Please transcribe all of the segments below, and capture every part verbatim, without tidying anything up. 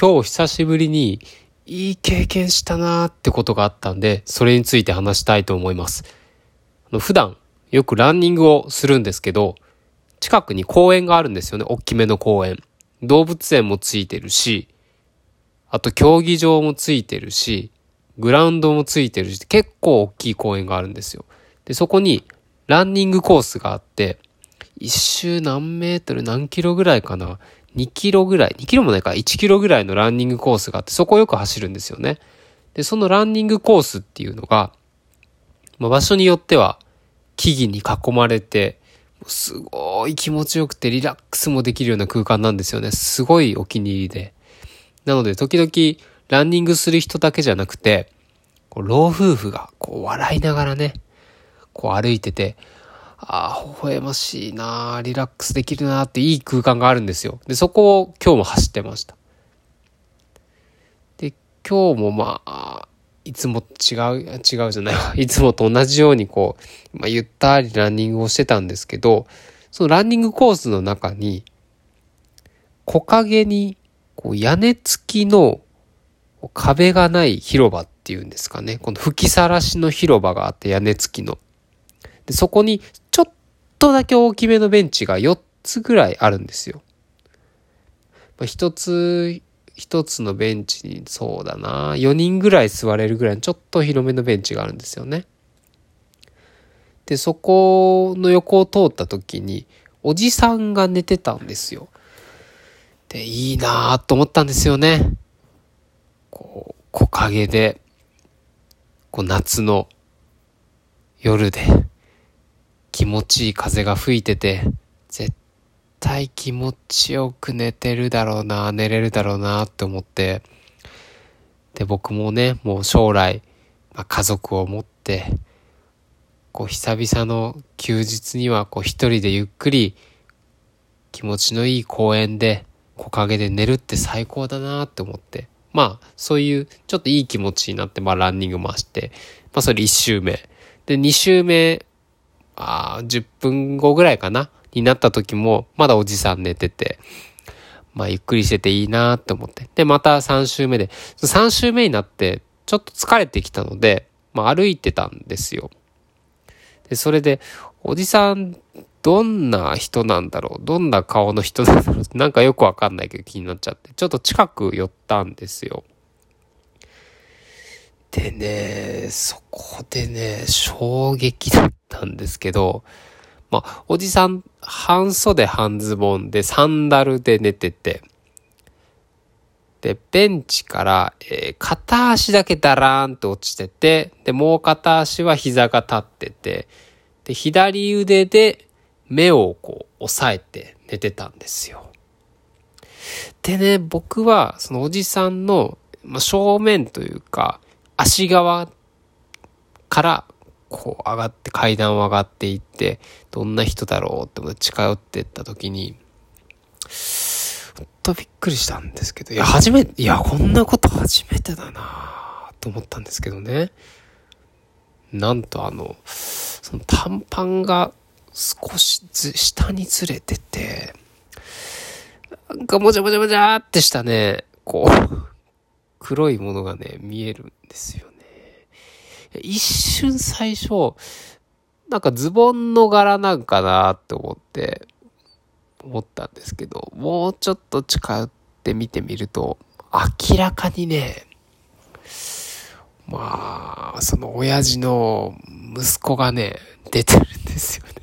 今日久しぶりにいい経験したなーってことがあったんで、それについて話したいと思います。あの普段よくランニングをするんですけど、近くに公園があるんですよね。大きめの公園。動物園もついてるし、あと競技場もついてるし、グラウンドもついてるし、結構大きい公園があるんですよ。で、そこにランニングコースがあって、一周何メートル何キロぐらいかな、にキロぐらい、にキロもないか、いちキロぐらいのランニングコースがあって、そこをよく走るんですよね。で、そのランニングコースっていうのが、まあ、場所によっては木々に囲まれて、すごい気持ちよくてリラックスもできるような空間なんですよね。すごいお気に入りで。なので時々ランニングする人だけじゃなくて、こう老夫婦がこう笑いながらね、こう歩いてて、ああ、微笑ましいな、リラックスできるなっていい空間があるんですよ。で、そこを今日も走ってました。で、今日もまあ、いつも違う、違うじゃないわ。いつもと同じようにこう、まあ、ゆったりランニングをしてたんですけど、そのランニングコースの中に、木陰にこう屋根付きの壁がない広場っていうんですかね。この吹きさらしの広場があって屋根付きの。で、そこにちょっとだけ大きめのベンチがよっつぐらいあるんですよ。まあ、一つ、一つのベンチにそうだな、よにんぐらい座れるぐらいのちょっと広めのベンチがあるんですよね。で、そこの横を通った時におじさんが寝てたんですよ。で、いいなぁと思ったんですよね。こう、木陰で、こう夏の夜で気持ちいい風が吹いてて、絶対気持ちよく寝てるだろうな、寝れるだろうなって思って、で、僕もね、もう将来、まあ、家族を持って、こう久々の休日にはこう一人でゆっくり気持ちのいい公園で木陰で寝るって最高だなって思って、まあそういうちょっといい気持ちになって、まあランニング回して、まあそれいち周目でに周目、ああじゅっぷんごぐらいかなになった時もまだおじさん寝てて、まあゆっくりしてていいなって思って、でまたさん周目でさん周目になってちょっと疲れてきたので、まあ歩いてたんですよ。でそれでおじさんどんな人なんだろう、どんな顔の人なんだろうって、なんかよくわかんないけど気になっちゃって、ちょっと近く寄ったんですよ。でね、そこでね、衝撃だったんですけど、まあ、おじさん、半袖半ズボンでサンダルで寝てて、で、ベンチから、えー、片足だけダラーンと落ちてて、で、もう片足は膝が立ってて、で、左腕で目をこう押さえて寝てたんですよ。でね、僕はそのおじさんの、まあ、正面というか足側からこう上がって階段を上がっていって、どんな人だろうって思って近寄っていった時に、ほんとびっくりしたんですけど、いや初めて、いやこんなこと初めてだなと思ったんですけどね。なんとあのその短パンが少しず下にずれてて、なんかもじゃもじゃもじゃーってしたね、こう黒いものがね見えるんですよね。一瞬最初なんかズボンの柄なんかなって思って思ったんですけど、もうちょっと近寄って見てみると明らかにね、まあその親父の息子がね出てるんですよね。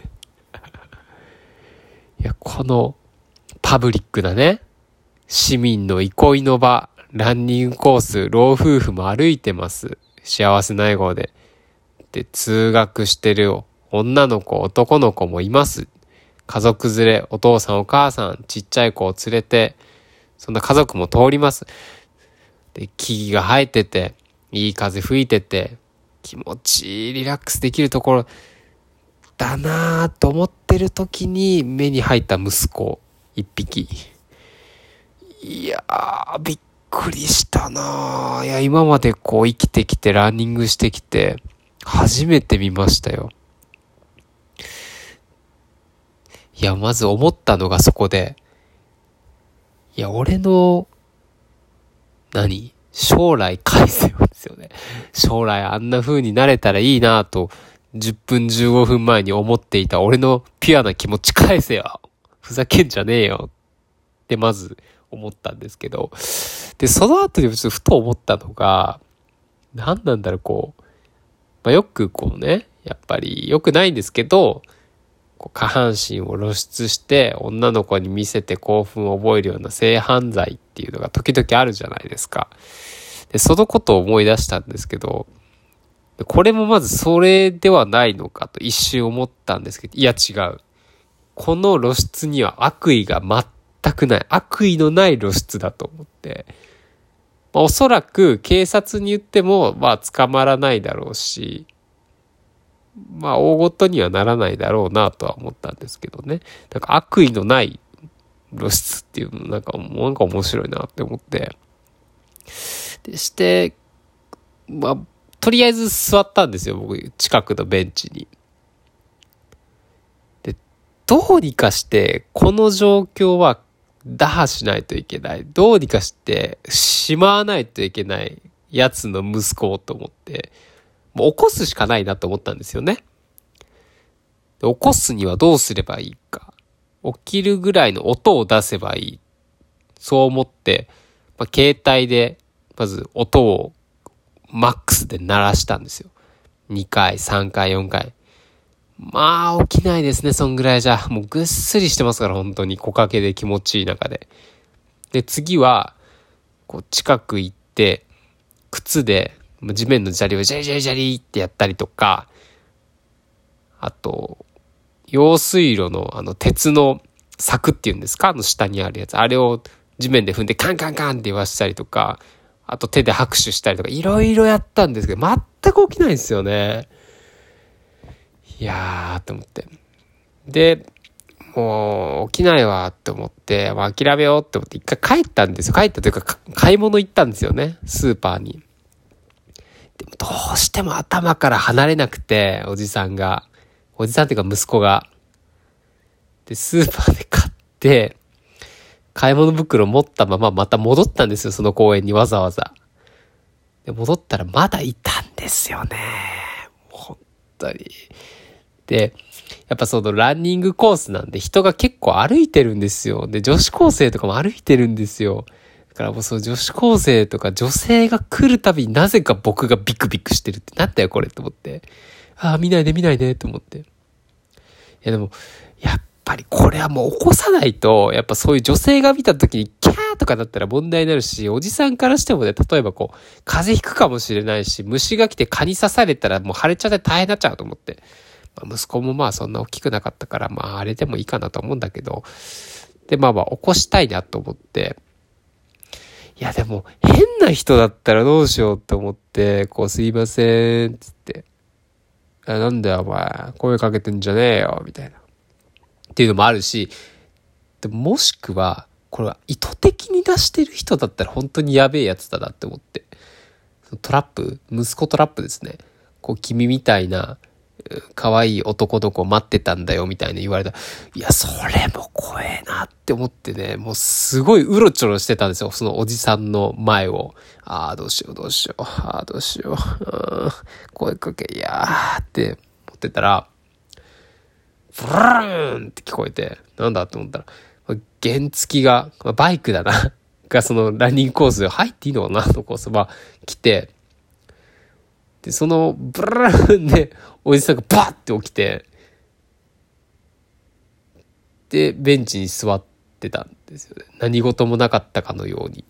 いや、このパブリックなね、市民の憩いの場、ランニングコース、老夫婦も歩いてます。幸せな笑顔で。で、通学してる女の子、男の子もいます。家族連れ、お父さんお母さん、ちっちゃい子を連れて、そんな家族も通ります。で、木々が生えてて、いい風吹いてて、気持ちいいリラックスできるところだなぁと思ってる時に目に入った息子一匹。いやーびっくりしたなぁ。いや今までこう生きてきてランニングしてきて初めて見ましたよ。いやまず思ったのがそこで、いや俺の何将来返せよですよね。将来あんな風になれたらいいなと、じゅっぷんじゅうごふんまえに思っていた俺のピュアな気持ち返せよ。ふざけんじゃねえよ。ってまず思ったんですけど。で、その後にちょっとふと思ったのが、何なんだろう、こう。まあ、よくこうね、やっぱり良くないんですけど、こう下半身を露出して女の子に見せて興奮を覚えるような性犯罪っていうのが時々あるじゃないですか。で、そのことを思い出したんですけど、これもまずそれではないのかと一瞬思ったんですけど、いや違う。この露出には悪意が全くない。悪意のない露出だと思って。まあ、おそらく警察に言っても、まあ捕まらないだろうし、まあ大ごとにはならないだろうなとは思ったんですけどね。なんか悪意のない露出っていうのなんか、なんか面白いなって思って。でして、まあ、とりあえず座ったんですよ、僕、近くのベンチに。で、どうにかして、この状況は打破しないといけない。どうにかして、しまわないといけないやつの息子をと思って、もう起こすしかないなと思ったんですよね。で、起こすにはどうすればいいか。起きるぐらいの音を出せばいい。そう思って、まあ、携帯で、まず音をマックスで鳴らしたんですよ。にかい、さんかい、よんかい。まあ、起きないですね、そんぐらいじゃ。もうぐっすりしてますから、本当に木陰で気持ちいい中で。で、次は、こう、近く行って、靴で、地面の砂利をジャリジャリジャリってやったりとか、あと、用水路のあの、鉄の柵っていうんですか、あの下にあるやつ。あれを地面で踏んでカンカンカンって言わしたりとか、あと手で拍手したりとか、いろいろやったんですけど、全く起きないんですよね。いやーって思って。で、もう起きないわって思って、まあ、諦めようって思って一回帰ったんですよ。帰ったというか、買い物行ったんですよね。スーパーに。でもどうしても頭から離れなくて、おじさんが。おじさんっていうか息子が。で、スーパーで買って、買い物袋持ったまままた戻ったんですよ、その公園にわざわざ。で、戻ったらまだいたんですよね。本当に。で、やっぱそのランニングコースなんで人が結構歩いてるんですよ。で、女子高生とかも歩いてるんですよ。だからもうその女子高生とか女性が来るたびになぜか僕がビクビクしてるってなんだよこれと思って。ああ、見ないで見ないでと思って。いやでも、やっぱりこれはもう起こさないと、やっぱそういう女性が見た時にキャーとかだったら問題になるし、おじさんからしてもね、例えばこう、風邪ひくかもしれないし、虫が来て蚊に刺されたらもう腫れちゃって大変になっちゃうと思って。まあ、息子もまあそんな大きくなかったから、まああれでもいいかなと思うんだけど、でまあまあ起こしたいなと思って、いやでも変な人だったらどうしようって思って、こうすいませんっつって、あなんだよお前声かけてんじゃねえよみたいなっていうのもあるし、でもしくはこれは意図的に出してる人だったら本当にやべえやつだなって思って、トラップ、息子トラップですね。こう君みたいな可愛い男の子待ってたんだよみたいな言われた。いや、それも怖えなって思ってね、もうすごいうろちょろしてたんですよ。そのおじさんの前を。ああ、どうしようどうしよう。ああ、どうしよう。声かけ、いやーって思ってたら、ブルーンって聞こえて、なんだって思ったら、原付が、バイクだな。がそのランニングコースで入っていいのかなのコースは来て、で、そのブルーンでおじさんがバッて起きて、で、ベンチに座ってたんですよね。何事もなかったかのように。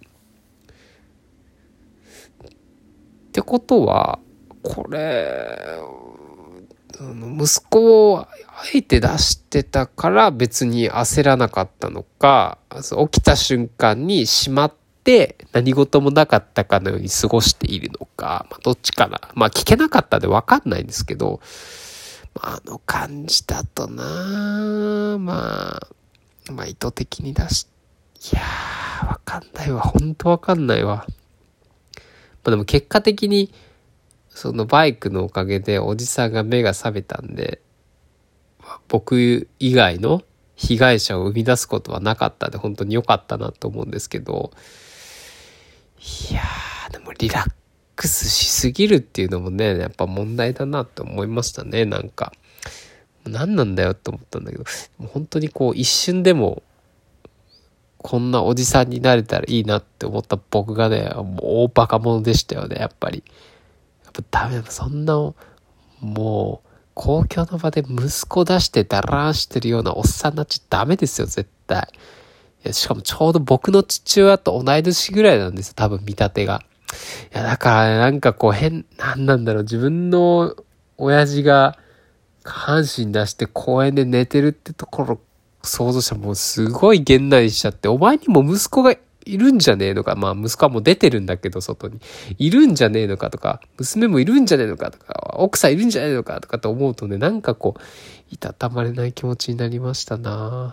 ってことは、これ、息子をあえて出してたから別に焦らなかったのか、起きた瞬間にしまって何事もなかったかのように過ごしているのか、まあ、どっちかな。まあ聞けなかったんで分かんないんですけど、まあ、あの感じだとな、まあ、まあ意図的に出し、いやー、分かんないわ。ほんと分かんないわ。まあでも結果的に、そのバイクのおかげでおじさんが目が覚めたんで、僕以外の被害者を生み出すことはなかったんで本当に良かったなと思うんですけど、 いやー、でもリラックスしすぎるっていうのもね、やっぱ問題だなって思いましたね。なんか何なんだよって思ったんだけど、本当にこう一瞬でもこんなおじさんになれたらいいなって思った僕がね、もう大バカ者でしたよね、やっぱり。やっぱダメだ、そんな、もう、公共の場で息子出してだらーしてるようなおっさんになっちゃダメですよ、絶対。いや、しかもちょうど僕の父親と同い年ぐらいなんですよ、多分見立てが。いや、だからね、なんかこう変、なんなんだろう、自分の親父が下半身出して公園で寝てるってところ、想像したらもうすごいげんなりしちゃって、お前にも息子がいるんじゃねえのか、まあ息子はもう出てるんだけど外に、いるんじゃねえのかとか、娘もいるんじゃねえのかとか、奥さんいるんじゃねえのかとかと思うとね、なんかこう、いたたまれない気持ちになりましたな。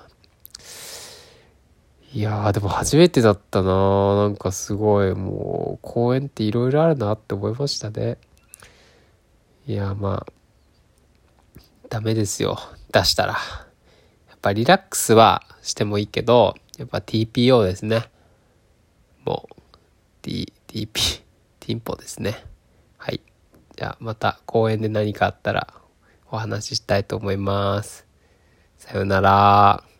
いやーでも初めてだったな。なんかすごいもう公園っていろいろあるなって思いましたね。いやまあダメですよ、出したら。やっぱリラックスはしてもいいけど、やっぱ ティーピーオー ですね。もう T、ティーピー、ティンポですね。はい。じゃあまた公園で何かあったらお話ししたいと思います。さよなら。